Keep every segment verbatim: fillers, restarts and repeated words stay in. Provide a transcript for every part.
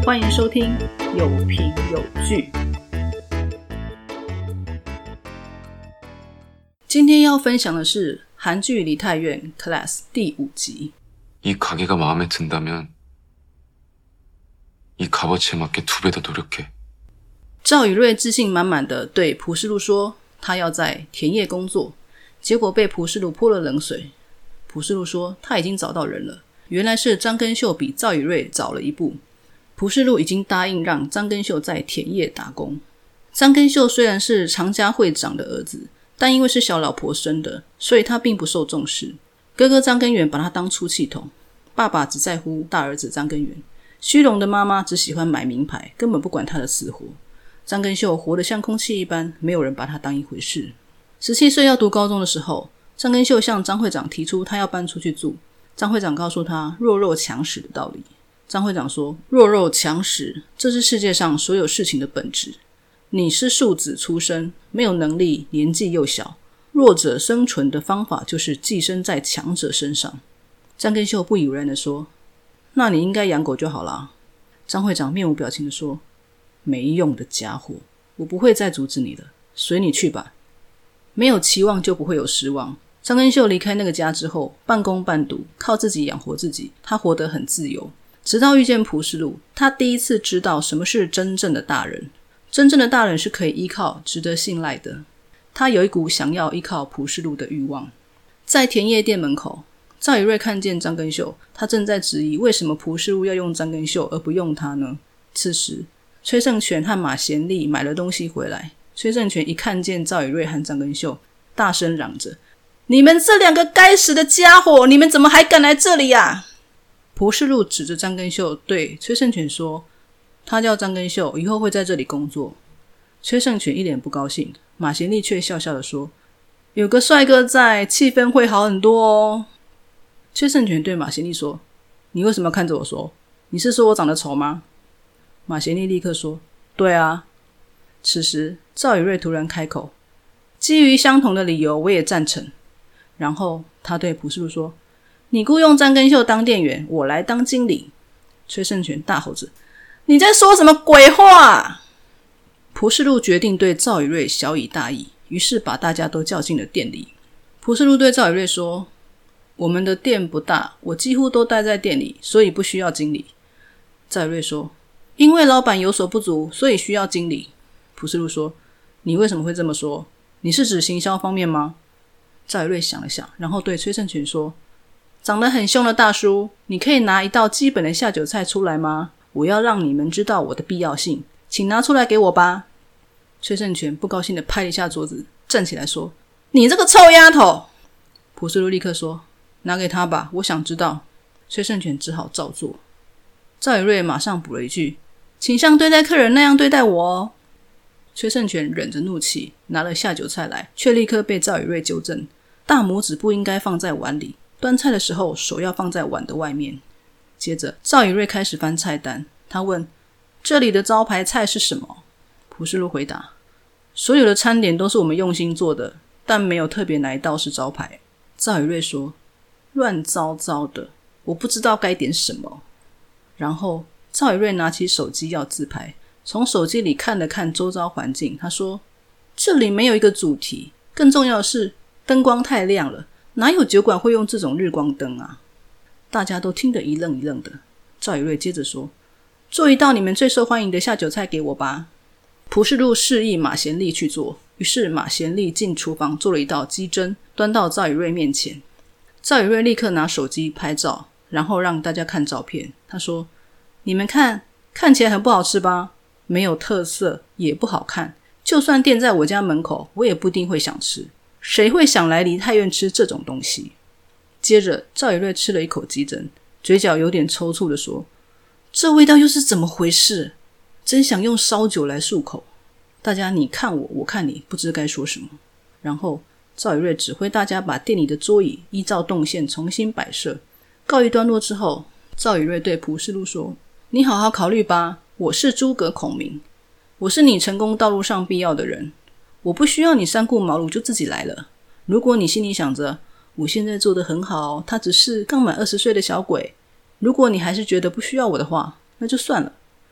欢迎收听有凭有据。今天要分享的是韩剧《梨泰院 Class》第五集。 이 가게가 마음에 든다면 이 값어치에 맞게 두 배 더 노력해. 赵宇瑞自信满满的对朴世禄说他要在田野工作，结果被朴世禄泼了冷水。朴世禄说他已经找到人了，原来是张根秀比赵宇瑞早了一步。朴世禄已经答应让张根秀在田野打工。张根秀虽然是常家会长的儿子，但因为是小老婆生的，所以他并不受重视。哥哥张根源把他当出气筒，爸爸只在乎大儿子张根源，虚荣的妈妈只喜欢买名牌，根本不管他的死活。张根秀活得像空气一般，没有人把他当一回事。十七岁要读高中的时候，张根秀向张会长提出他要搬出去住。张会长告诉他弱肉强食的道理。张会长说，弱肉强食，这是世界上所有事情的本质。你是庶子出身，没有能力，年纪又小，弱者生存的方法就是寄生在强者身上。张根秀不以为然地说，那你应该养狗就好啦。张会长面无表情地说，没用的家伙，我不会再阻止你了，随你去吧。没有期望就不会有失望。张根秀离开那个家之后，半工半读，靠自己养活自己，他活得很自由。直到遇见朴世禄，他第一次知道什么是真正的大人。真正的大人是可以依靠，值得信赖的。他有一股想要依靠朴世禄的欲望。在田野店门口，赵宇瑞看见张根秀，他正在质疑为什么朴世禄要用张根秀而不用他呢？此时崔胜权和马贤利买了东西回来。崔胜权一看见赵宇瑞和张根秀，大声嚷着，你们这两个该死的家伙，你们怎么还敢来这里啊？朴世禄指着张根秀对崔胜权说，他叫张根秀以后会在这里工作。崔胜权一脸不高兴，马贤利却笑笑地说，有个帅哥在，气氛会好很多哦。崔胜权对马贤利说，你为什么看着我说，你是说我长得丑吗？马贤利立刻说，对啊。此时赵宇瑞突然开口，基于相同的理由我也赞成。然后他对朴世禄说，你雇用张根秀当店员，我来当经理。崔胜权大吼着，你在说什么鬼话？朴世禄决定对赵宇瑞小以大义，于是把大家都叫进了店里。朴世禄对赵宇瑞说，我们的店不大，我几乎都待在店里，所以不需要经理。赵宇瑞说，因为老板有所不足，所以需要经理。朴世禄说，你为什么会这么说？你是指行销方面吗？赵宇瑞想了想，然后对崔胜权说，长得很凶的大叔，你可以拿一道基本的下酒菜出来吗？我要让你们知道我的必要性，请拿出来给我吧。崔胜权不高兴地拍了一下桌子，站起来说，你这个臭丫头。朴世禄立刻说，拿给他吧，我想知道。崔胜权只好照做。赵宇瑞马上补了一句，请像对待客人那样对待我哦。崔胜权忍着怒气拿了下酒菜来，却立刻被赵宇瑞纠正，大拇指不应该放在碗里，端菜的时候手要放在碗的外面。接着赵宇瑞开始翻菜单，他问，这里的招牌菜是什么？朴世禄回答，所有的餐点都是我们用心做的，但没有特别哪一道是招牌。赵宇瑞说，乱糟糟的，我不知道该点什么。然后赵宇瑞拿起手机要自拍，从手机里看了看周遭环境，他说，这里没有一个主题，更重要的是灯光太亮了，哪有酒馆会用这种日光灯啊？大家都听得一愣一愣的。赵宇瑞接着说，做一道你们最受欢迎的下酒菜给我吧。朴世禄示意马贤利去做，于是马贤利进厨房做了一道鸡胗，端到赵宇瑞面前。赵宇瑞立刻拿手机拍照，然后让大家看照片。他说，你们看，看起来很不好吃吧？没有特色，也不好看，就算店在我家门口，我也不一定会想吃。谁会想来梨泰院吃这种东西？接着赵宇瑞吃了一口鸡胗，嘴角有点抽搐地说，这味道又是怎么回事？真想用烧酒来漱口。大家你看我，我看你，不知该说什么。然后赵宇瑞指挥大家把店里的桌椅依照动线重新摆设。告一段落之后，赵宇瑞对朴世禄说，你好好考虑吧，我是诸葛孔明，我是你成功道路上必要的人，我不需要你三顾茅庐就自己来了。如果你心里想着，我现在做得很好，他只是刚满二十岁的小鬼，如果你还是觉得不需要我的话，那就算了。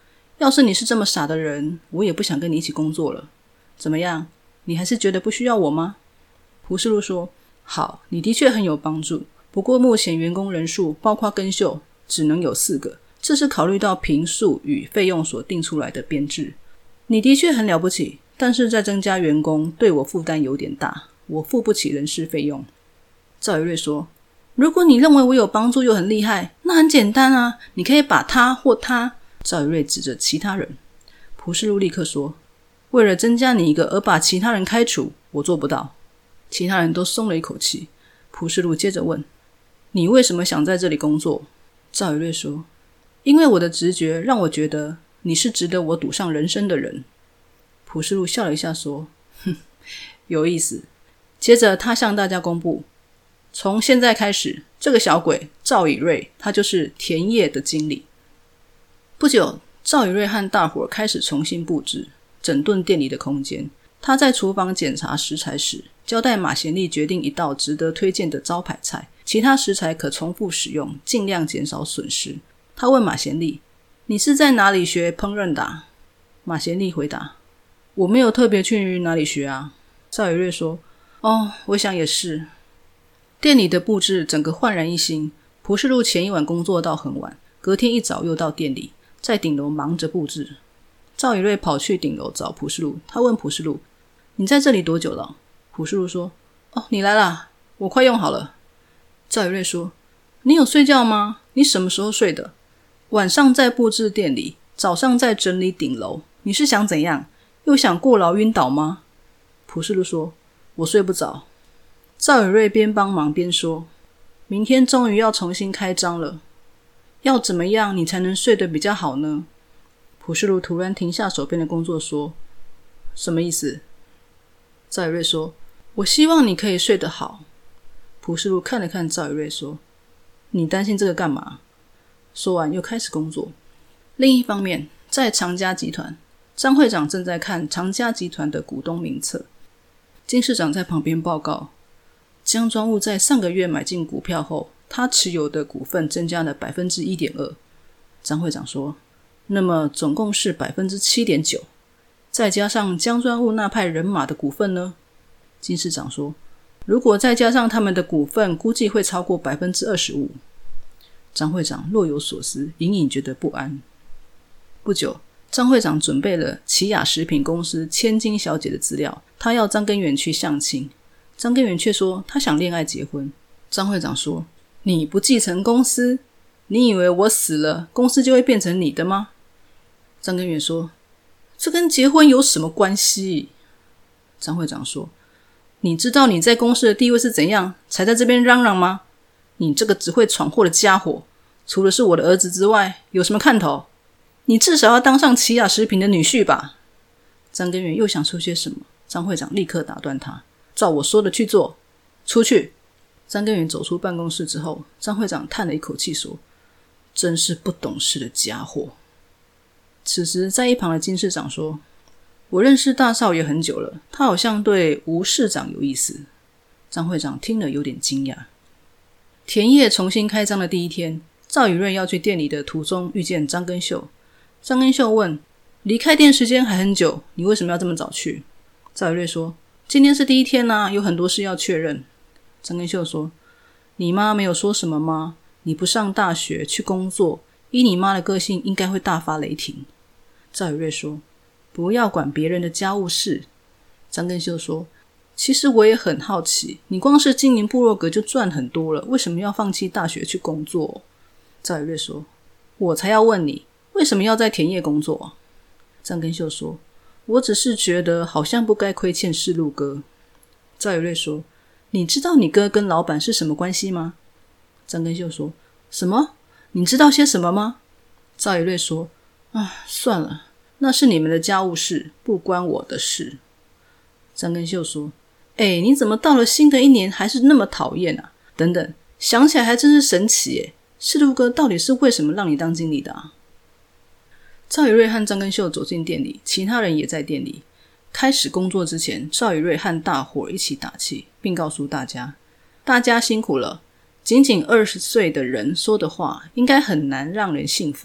要是你是这么傻的人，我也不想跟你一起工作了。怎么样，你还是觉得不需要我吗？朴世禄说，好，你的确很有帮助，不过目前员工人数包括根秀只能有四个，这是考虑到坪数与费用所定出来的编制。你的确很了不起，但是再增加员工对我负担有点大，我付不起人事费用。赵宇瑞说，如果你认为我有帮助又很厉害，那很简单啊，你可以把他或他。赵宇瑞指着其他人。朴世禄立刻说，为了增加你一个而把其他人开除，我做不到。其他人都松了一口气。朴世禄接着问，你为什么想在这里工作？赵宇瑞说，因为我的直觉让我觉得你是值得我赌上人生的人。朴世禄笑了一下说，哼，有意思。接着他向大家公布，从现在开始，这个小鬼赵以瑞他就是田野的经理。不久，赵以瑞和大伙开始重新布置整顿店里的空间。他在厨房检查食材时，交代马贤利决定一道值得推荐的招牌菜，其他食材可重复使用，尽量减少损失。他问马贤利，你是在哪里学烹饪的啊？马贤利回答，我没有特别去哪里学啊。赵以瑞说，哦，我想也是。店里的布置整个焕然一新。朴世禄前一晚工作到很晚，隔天一早又到店里，在顶楼忙着布置。赵以瑞跑去顶楼找朴世禄，他问朴世禄，你在这里多久了？朴世禄说，哦，你来啦，我快用好了。赵以瑞说，你有睡觉吗？你什么时候睡的？晚上在布置店里，早上在整理顶楼，你是想怎样？又想过劳晕倒吗？朴世禄说，我睡不着。赵以瑞边帮忙边说，明天终于要重新开张了，要怎么样你才能睡得比较好呢？朴世禄突然停下手边的工作说，什么意思？赵以瑞说，我希望你可以睡得好。朴世禄看了看赵以瑞说，你担心这个干嘛？说完又开始工作。另一方面，在长家集团，张会长正在看长家集团的股东名册。金市长在旁边报告，江庄务在上个月买进股票后，他持有的股份增加了 百分之一点二。 张会长说，那么总共是 百分之七点九， 再加上江庄务那派人马的股份呢？金市长说，如果再加上他们的股份，估计会超过 百分之二十五。 张会长若有所思，隐隐觉得不安。不久，张会长准备了奇雅食品公司千金小姐的资料，他要张根源去相亲。张根源却说他想恋爱结婚。张会长说，你不继承公司，你以为我死了公司就会变成你的吗？张根源说，这跟结婚有什么关系？张会长说，你知道你在公司的地位是怎样才在这边嚷嚷吗？你这个只会闯祸的家伙，除了是我的儿子之外，有什么看头？你至少要当上奇雅食品的女婿吧。张根源又想说些什么，张会长立刻打断他，照我说的去做，出去。张根源走出办公室之后，张会长叹了一口气说，真是不懂事的家伙。此时在一旁的金市长说，我认识大少爷很久了，他好像对吴市长有意思。张会长听了有点惊讶。田野重新开张的第一天，赵以瑞要去店里的途中遇见张根秀。张根秀问，离开店时间还很久，你为什么要这么早去？赵以瑞说，今天是第一天啊，有很多事要确认。张根秀说，你妈没有说什么吗？你不上大学去工作，依你妈的个性应该会大发雷霆。赵以瑞说，不要管别人的家务事。张根秀说，其实我也很好奇，你光是经营部落格就赚很多了，为什么要放弃大学去工作？赵以瑞说，我才要问你，为什么要在田野工作？张根秀说，我只是觉得好像不该亏欠世禄哥。赵以瑞说，你知道你哥跟老板是什么关系吗？张根秀说，什么？你知道些什么吗？赵以瑞说，啊，算了，那是你们的家务事，不关我的事。张根秀说，哎，你怎么到了新的一年还是那么讨厌啊？等等，想起来还真是神奇耶，世禄哥到底是为什么让你当经理的啊？赵以瑞和张根秀走进店里，其他人也在店里。开始工作之前，赵以瑞和大伙一起打气，并告诉大家，大家辛苦了，仅仅二十岁的人说的话应该很难让人信服。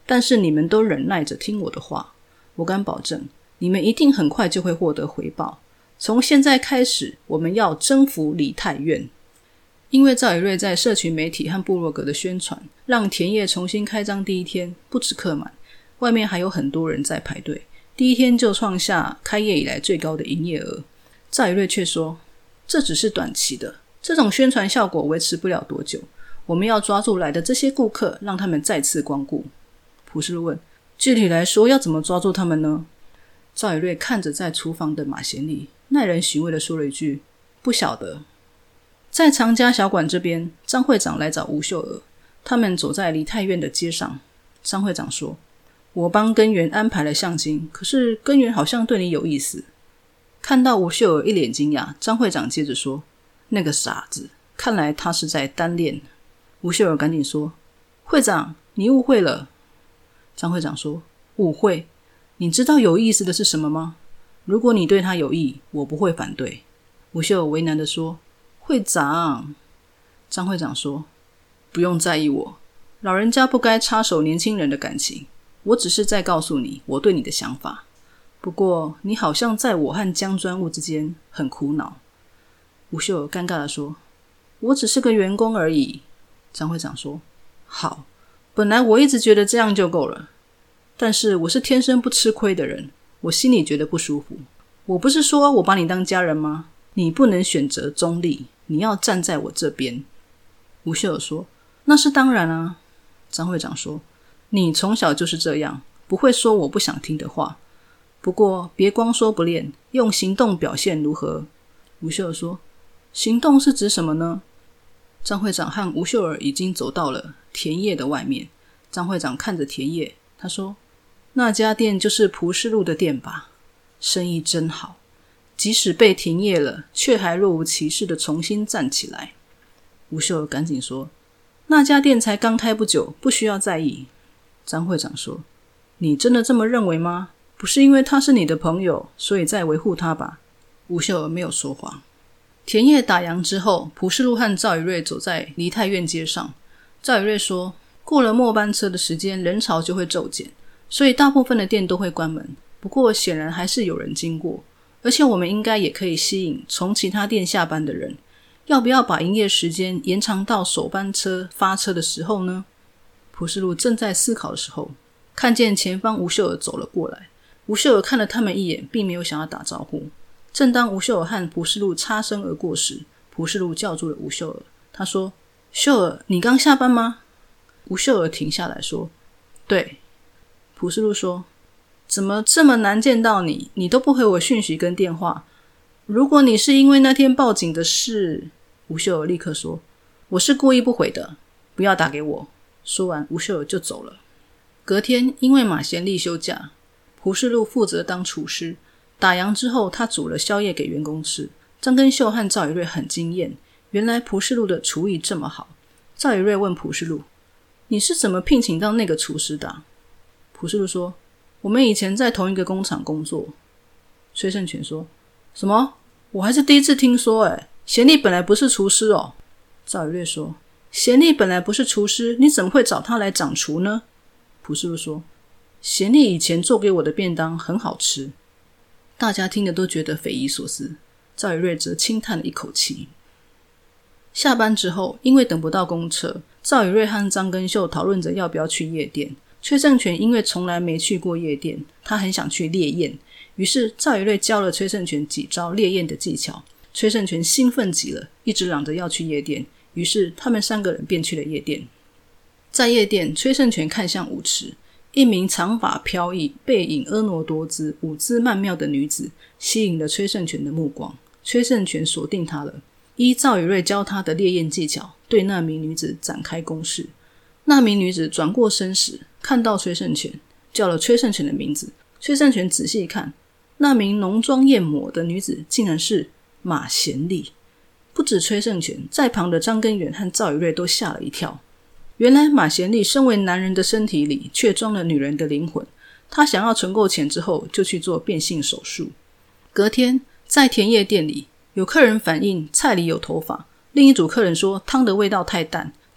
但是你们都忍耐着听我的话，我敢保证你们一定很快就会获得回报。从现在开始，我们要征服梨泰院。因为赵以瑞在社群媒体和部落格的宣传，让田野重新开张第一天不止客满，外面还有很多人在排队，第一天就创下开业以来最高的营业额。赵以瑞却说，这只是短期的，这种宣传效果维持不了多久，我们要抓住来的这些顾客，让他们再次光顾。朴世禄问，具体来说要怎么抓住他们呢？赵以瑞看着在厨房的马贤利，耐人寻味地说了一句，不晓得。在长家小馆这边，张会长来找吴秀娥，他们走在梨泰院的街上。张会长说，我帮根源安排了相亲，可是根源好像对你有意思。看到吴秀娥一脸惊讶，张会长接着说，那个傻子，看来他是在单恋。吴秀娥赶紧说，会长，你误会了。张会长说，误会？你知道有意思的是什么吗？如果你对他有意，我不会反对。吴秀娥为难地说，会长。张会长说，不用在意我，老人家不该插手年轻人的感情，我只是在告诉你我对你的想法。不过你好像在我和江专务之间很苦恼。吴秀娥尴尬地说，我只是个员工而已。张会长说，好，本来我一直觉得这样就够了，但是我是天生不吃亏的人，我心里觉得不舒服。我不是说我把你当家人吗？你不能选择中立，你要站在我这边。吴秀娥说，那是当然啊。张会长说，你从小就是这样，不会说我不想听的话，不过别光说不练，用行动表现如何？吴秀娥说，行动是指什么呢？张会长和吴秀儿已经走到了田野的外面。张会长看着田野，他说，那家店就是蒲世禄的店吧？生意真好，即使被停业了，却还若无其事地重新站起来。吴秀儿赶紧说，那家店才刚开不久，不需要在意。张会长说，你真的这么认为吗？不是因为他是你的朋友，所以在维护他吧？吴秀儿没有说话。田野打烊之后，蒲世禄和赵以瑞走在梨泰院街上。赵以瑞说，过了末班车的时间，人潮就会骤减，所以大部分的店都会关门，不过显然还是有人经过，而且我们应该也可以吸引从其他店下班的人。要不要把营业时间延长到首班车发车的时候呢？蒲世禄正在思考的时候，看见前方吴秀儿走了过来。吴秀儿看了他们一眼，并没有想要打招呼。正当吴秀儿和蒲世禄擦身而过时，蒲世禄叫住了吴秀儿，他说，秀儿，你刚下班吗？吴秀儿停下来说，对。蒲世禄说，怎么这么难见到你，你都不回我讯息跟电话？如果你是因为那天报警的事……吴秀儿立刻说，我是故意不回的，不要打给我。说完，吴秀儿就走了。隔天，因为马贤利休假，蒲世禄负责当厨师。打烊之后，他煮了宵夜给员工吃。张根秀和赵以瑞很惊艳，原来蒲世禄的厨艺这么好。赵以瑞问蒲世禄，你是怎么聘请到那个厨师的啊？蒲世禄说，我们以前在同一个工厂工作。崔胜全说，什么？我还是第一次听说诶，贤利本来不是厨师哦。赵以瑞说，贤利本来不是厨师，你怎么会找他来掌厨呢？蒲世禄说，贤利以前做给我的便当很好吃。大家听得都觉得匪夷所思，赵以瑞则轻叹了一口气。下班之后，因为等不到公车，赵以瑞和张根秀讨论着要不要去夜店。崔胜全因为从来没去过夜店，他很想去猎艳，于是赵以瑞教了崔胜全几招猎艳的技巧。崔胜全兴奋极了，一直嚷着要去夜店，于是他们三个人便去了夜店。在夜店，崔胜全看向舞池，一名长发飘逸、背影婀娜多姿、舞姿曼妙的女子吸引了崔胜全的目光。崔胜全锁定她了，依赵以瑞教他的猎艳技巧，对那名女子展开攻势。那名女子转过身时，看到崔胜全，叫了崔胜全的名字。崔胜全仔细看，那名浓妆艳抹的女子竟然是马贤利。不止崔胜全，在旁的张根源和赵以瑞都吓了一跳。原来马贤利身为男人的身体里却装了女人的灵魂，他想要存够钱之后就去做变性手术。隔天在田野店里，有客人反映菜里有头发，另一组客人说汤的味道太淡，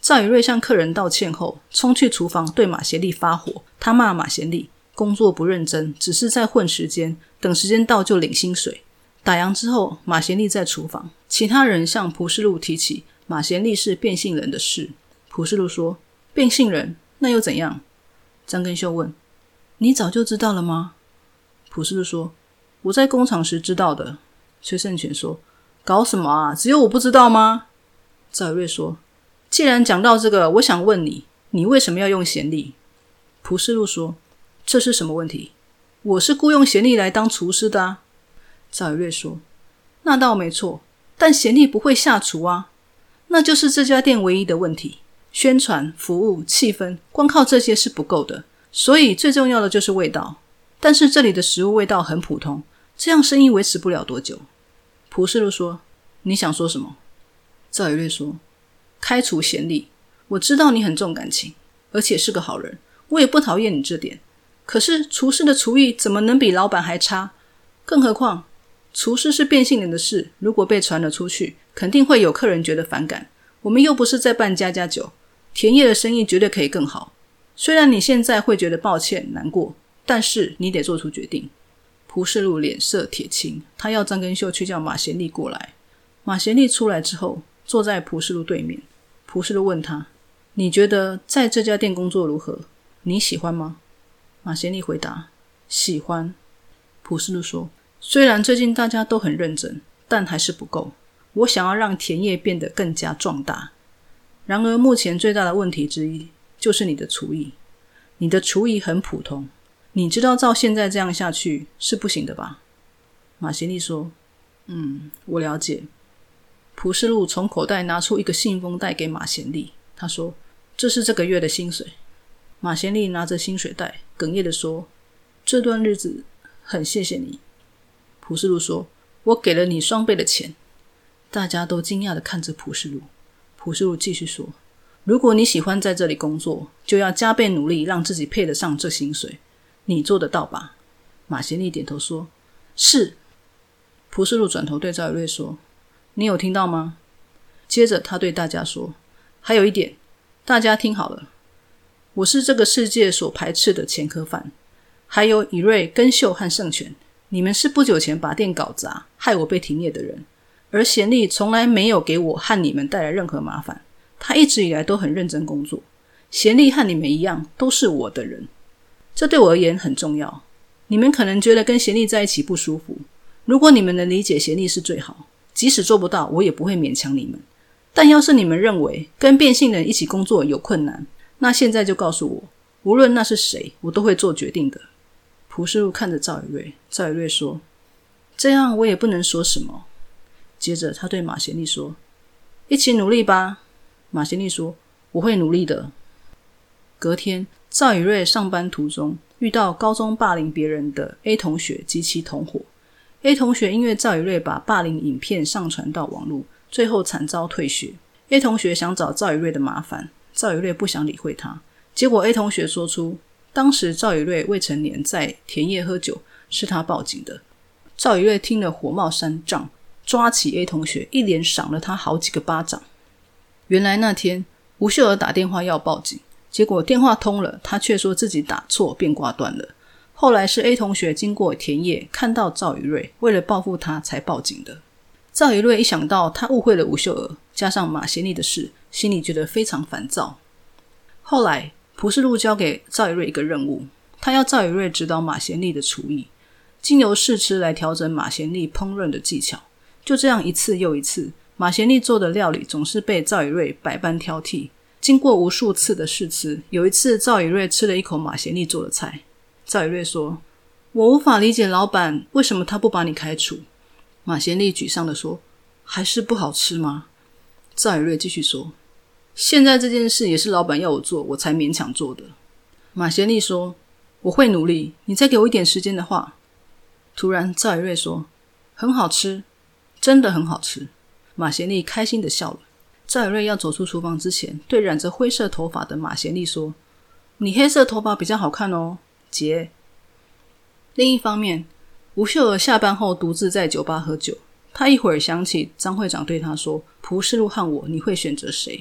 赵宇瑞向客人道歉后，冲去厨房对马协力发火。他骂马协力工作不认真，只是在混时间，等时间到就领薪水。打烊之后，马协力在厨房，其他人向蒲世禄提起马协力是变性人的事。蒲世禄说：变性人那又怎样？张根秀问：你早就知道了吗？蒲世禄说：我在工厂时知道的。崔胜全说：搞什么啊，只有我不知道吗？赵宇瑞说：既然讲到这个，我想问你，你为什么要用贤丽？蒲世禄说：这是什么问题？我是雇用贤丽来当厨师的啊。赵宇瑞说：那倒没错，但贤丽不会下厨啊，那就是这家店唯一的问题。宣传、服务、气氛，光靠这些是不够的，所以最重要的就是味道。但是这里的食物味道很普通，这样生意维持不了多久。蒲世禄说：你想说什么？赵宇瑞说：开除贤丽，我知道你很重感情，而且是个好人，我也不讨厌你这点。可是厨师的厨艺怎么能比老板还差？更何况厨师是变性人的事，如果被传了出去，肯定会有客人觉得反感。我们又不是在办家家酒，田业的生意绝对可以更好。虽然你现在会觉得抱歉难过，但是你得做出决定。蒲世禄脸色铁青，他要张根秀去叫马贤丽过来。马贤丽出来之后，坐在蒲世禄对面。蒲世禄问他：你觉得在这家店工作如何？你喜欢吗？马贤丽回答：喜欢。蒲世禄说：虽然最近大家都很认真，但还是不够。我想要让田业变得更加壮大。然而目前最大的问题之一就是你的厨艺。你的厨艺很普通，你知道照现在这样下去是不行的吧？马贤丽说：嗯，我了解。蒲世禄从口袋拿出一个信封袋给马贤丽，他说：这是这个月的薪水。马贤丽拿着薪水袋哽咽地说：这段日子很谢谢你。蒲世禄说：我给了你双倍的钱。大家都惊讶地看着蒲世禄。蒲世禄继续说：如果你喜欢在这里工作，就要加倍努力让自己配得上这薪水。你做得到吧？马贤丽点头说：是。蒲世禄转头对赵宇瑞说：你有听到吗？接着他对大家说：还有一点，大家听好了，我是这个世界所排斥的前科犯。还有以瑞、根秀和盛权，你们是不久前把店搞砸害我被停业的人，而贤丽从来没有给我和你们带来任何麻烦，她一直以来都很认真工作。贤丽和你们一样都是我的人，这对我而言很重要。你们可能觉得跟贤丽在一起不舒服，如果你们能理解贤丽是最好，即使做不到我也不会勉强你们。但要是你们认为跟变性人一起工作有困难，那现在就告诉我，无论那是谁，我都会做决定的。蒲世禄看着赵宇瑞，赵宇瑞说：这样我也不能说什么。接着他对马贤丽说：一起努力吧。马贤丽说：我会努力的。隔天，赵宇瑞上班途中遇到高中霸凌别人的 A 同学及其同伙。A 同学因为赵宇瑞把霸凌影片上传到网络，最后惨遭退学。A 同学想找赵宇瑞的麻烦，赵宇瑞不想理会他。结果 A 同学说出当时赵宇瑞未成年在田野喝酒，是他报警的。赵宇瑞听了火冒三丈，抓起 A 同学一连赏了他好几个巴掌。原来那天吴秀儿打电话要报警，结果电话通了，他却说自己打错便挂断了。后来是 A 同学经过田野看到赵宇瑞，为了报复他才报警的。赵宇瑞一想到他误会了吴秀儿，加上马贤丽的事，心里觉得非常烦躁。后来蒲世禄交给赵宇瑞一个任务，他要赵宇瑞指导马贤丽的厨艺，经由试吃来调整马贤丽烹饪的技巧。就这样一次又一次，马贤丽做的料理总是被赵宇瑞百般挑剔。经过无数次的试吃，有一次赵宇瑞吃了一口马贤丽做的菜。赵宇瑞说：我无法理解老板为什么他不把你开除。马贤丽沮丧地说：还是不好吃吗？赵宇瑞继续说：现在这件事也是老板要我做，我才勉强做的。马贤丽说：我会努力，你再给我一点时间的话。突然赵宇瑞说：很好吃，真的很好吃。马贤丽开心地笑了。赵宇瑞要走出厨房之前，对染着灰色头发的马贤丽说：你黑色头发比较好看哦，姐。另一方面，吴秀儿下班后独自在酒吧喝酒，他一会儿想起张会长对他说：蒲世禄和我，你会选择谁？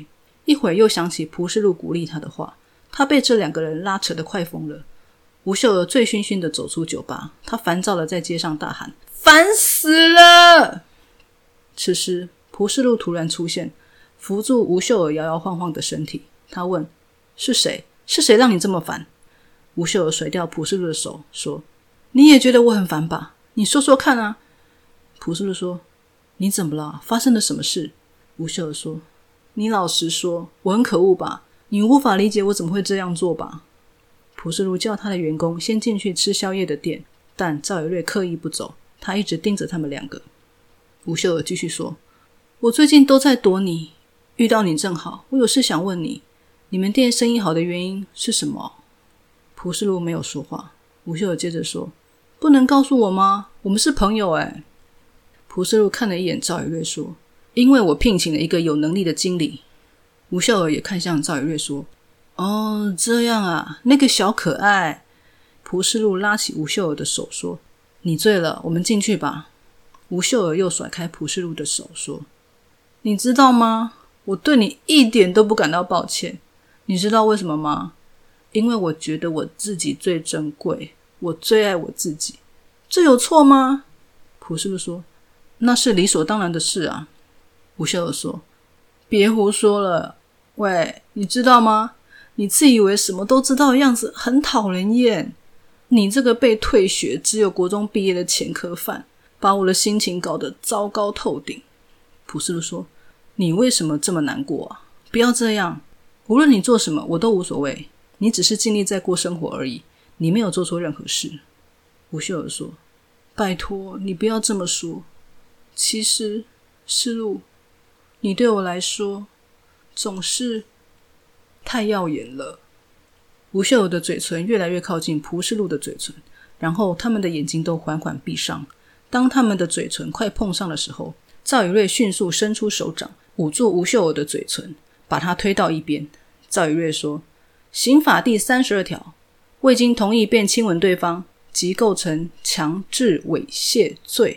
一会儿又想起蒲世禄鼓励他的话，他被这两个人拉扯得快疯了。吴秀娥醉醺醺地走出酒吧，他烦躁地在街上大喊：烦死了！此时蒲世禄突然出现，扶住吴秀娥摇摇晃晃的身体。他问：是谁？是谁让你这么烦？吴秀娥甩掉蒲世禄的手说：你也觉得我很烦吧？你说说看啊。蒲世禄说：你怎么了？发生了什么事？吴秀娥说：你老实说，我很可恶吧？你无法理解我怎么会这样做吧？蒲世禄叫他的员工先进去吃宵夜的店，但赵有瑞刻意不走，他一直盯着他们两个。吴秀娥继续说：我最近都在躲你，遇到你正好，我有事想问你，你们店生意好的原因是什么？蒲世禄没有说话。吴秀娥接着说：不能告诉我吗？我们是朋友诶。蒲世禄看了一眼赵有瑞说：因为我聘请了一个有能力的经理。吴秀娥也看向赵有瑞说：哦，这样啊，那个小可爱。蒲世禄拉起吴秀娥的手说：你醉了，我们进去吧。吴秀娥又甩开蒲世禄的手说：你知道吗？我对你一点都不感到抱歉。你知道为什么吗？因为我觉得我自己最珍贵，我最爱我自己。这有错吗？蒲世禄说：那是理所当然的事啊。吴秀娥说：别胡说了，喂，你知道吗？你自以为什么都知道的样子很讨人厌。你这个被退学只有国中毕业的前科犯，把我的心情搞得糟糕透顶。蒲世禄说：你为什么这么难过啊？不要这样，无论你做什么我都无所谓，你只是尽力在过生活而已，你没有做错任何事。吴秀娥说：拜托你不要这么说，其实世禄，你对我来说总是太耀眼了。吴秀娥的嘴唇越来越靠近蒲世禄的嘴唇，然后他们的眼睛都缓缓闭上。当他们的嘴唇快碰上的时候，赵以瑞迅速伸出手掌捂住吴秀娥的嘴唇，把她推到一边。赵以瑞说：刑法第三十二条，未经同意便亲吻对方，即构成强制猥亵罪。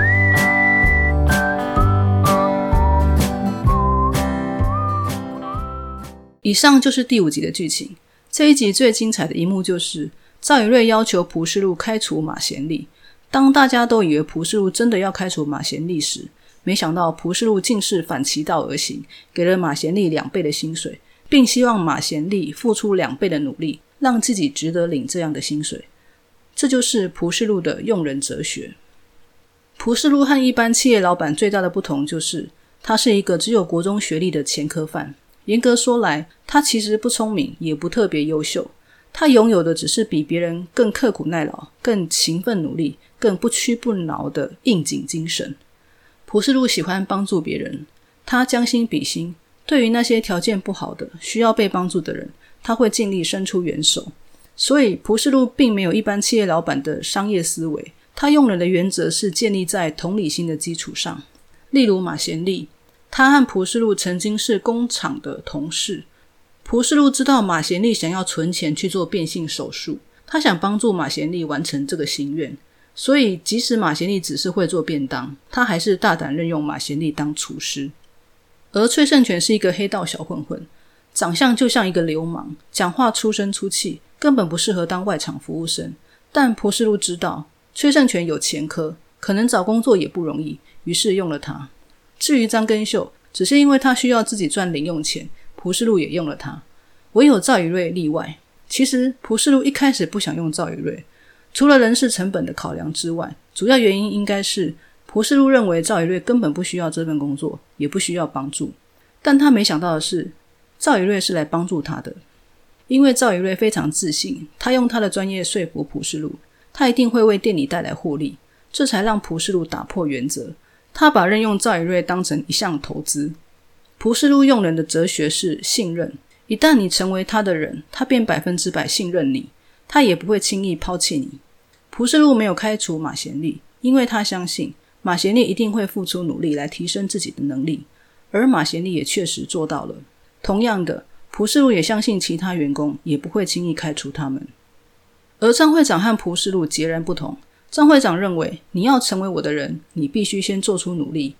以上就是第五集的剧情。这一集最精彩的一幕就是赵以瑞要求蒲世禄开除马贤利。当大家都以为蒲世禄真的要开除马贤利时，没想到蒲世禄竟是反其道而行，给了马贤利两倍的薪水，并希望马贤利付出两倍的努力，让自己值得领这样的薪水。这就是蒲世禄的用人哲学。蒲世禄和一般企业老板最大的不同就是，他是一个只有国中学历的前科犯。严格说来，他其实不聪明，也不特别优秀，他拥有的只是比别人更刻苦耐劳、更勤奋努力、更不屈不挠的硬颈精神。蒲世禄喜欢帮助别人，他将心比心，对于那些条件不好的、需要被帮助的人，他会尽力伸出援手。所以蒲世禄并没有一般企业老板的商业思维，他用人的原则是建立在同理心的基础上。例如马贤利，他和蒲世禄曾经是工厂的同事。蒲世禄知道马贤利想要存钱去做变性手术，他想帮助马贤利完成这个心愿，所以即使马贤利只是会做便当，他还是大胆任用马贤利当厨师。而崔胜权是一个黑道小混混，长相就像一个流氓，讲话粗声粗气，根本不适合当外场服务生。但蒲世禄知道崔胜权有前科，可能找工作也不容易，于是用了他。至于张根秀，只是因为他需要自己赚零用钱，蒲世禄也用了他。唯有赵以瑞例外。其实蒲世禄一开始不想用赵以瑞，除了人事成本的考量之外，主要原因应该是蒲世禄认为赵以瑞根本不需要这份工作，也不需要帮助。但他没想到的是，赵以瑞是来帮助他的。因为赵以瑞非常自信，他用他的专业说服蒲世禄，他一定会为店里带来获利，这才让蒲世禄打破原则。他把任用赵以瑞当成一项投资。蒲世禄用人的哲学是信任，一旦你成为他的人，他便百分之百信任你，他也不会轻易抛弃你。蒲世禄没有开除马贤利，因为他相信马贤利一定会付出努力来提升自己的能力，而马贤利也确实做到了。同样的，蒲世禄也相信其他员工也不会轻易开除他们。而张会长和蒲世禄截然不同。张会长认为，你要成为我的人，你必须先做出努力。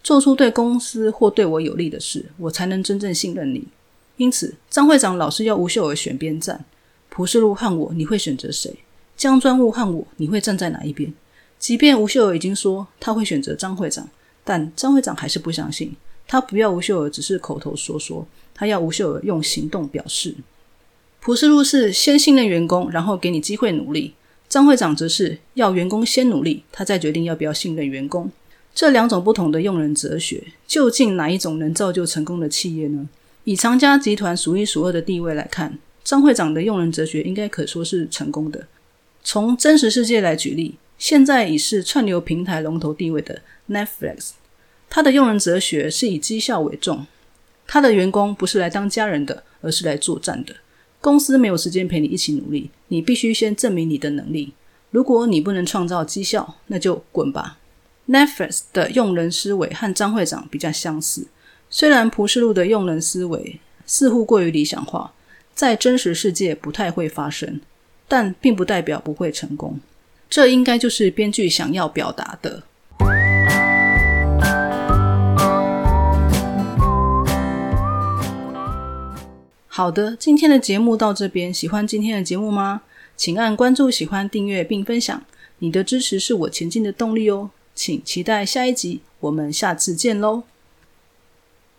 做出对公司或对我有利的事，我才能真正信任你。因此，张会长老是要吴秀娥选边站。朴世禄和我，你会选择谁？江专务和我，你会站在哪一边？即便吴秀娥已经说他会选择张会长，但张会长还是不相信。他不要吴秀娥只是口头说说，他要吴秀娥用行动表示。朴世禄是先信任员工，然后给你机会努力。张会长则是要员工先努力，他再决定要不要信任员工。这两种不同的用人哲学，究竟哪一种能造就成功的企业呢？以长家集团数一数二的地位来看，张会长的用人哲学应该可说是成功的。从真实世界来举例，现在已是串流平台龙头地位的 Netflix， 他的用人哲学是以绩效为重，他的员工不是来当家人的，而是来作战的。公司没有时间陪你一起努力，你必须先证明你的能力。如果你不能创造绩效，那就滚吧。Netflix 的用人思维和张会长比较相似，虽然朴世禄的用人思维似乎过于理想化，在真实世界不太会发生，但并不代表不会成功。这应该就是编剧想要表达的。好的，今天的节目到这边，喜欢今天的节目吗？请按关注、喜欢、订阅并分享，你的支持是我前进的动力哦。请期待下一集，我们下次见咯。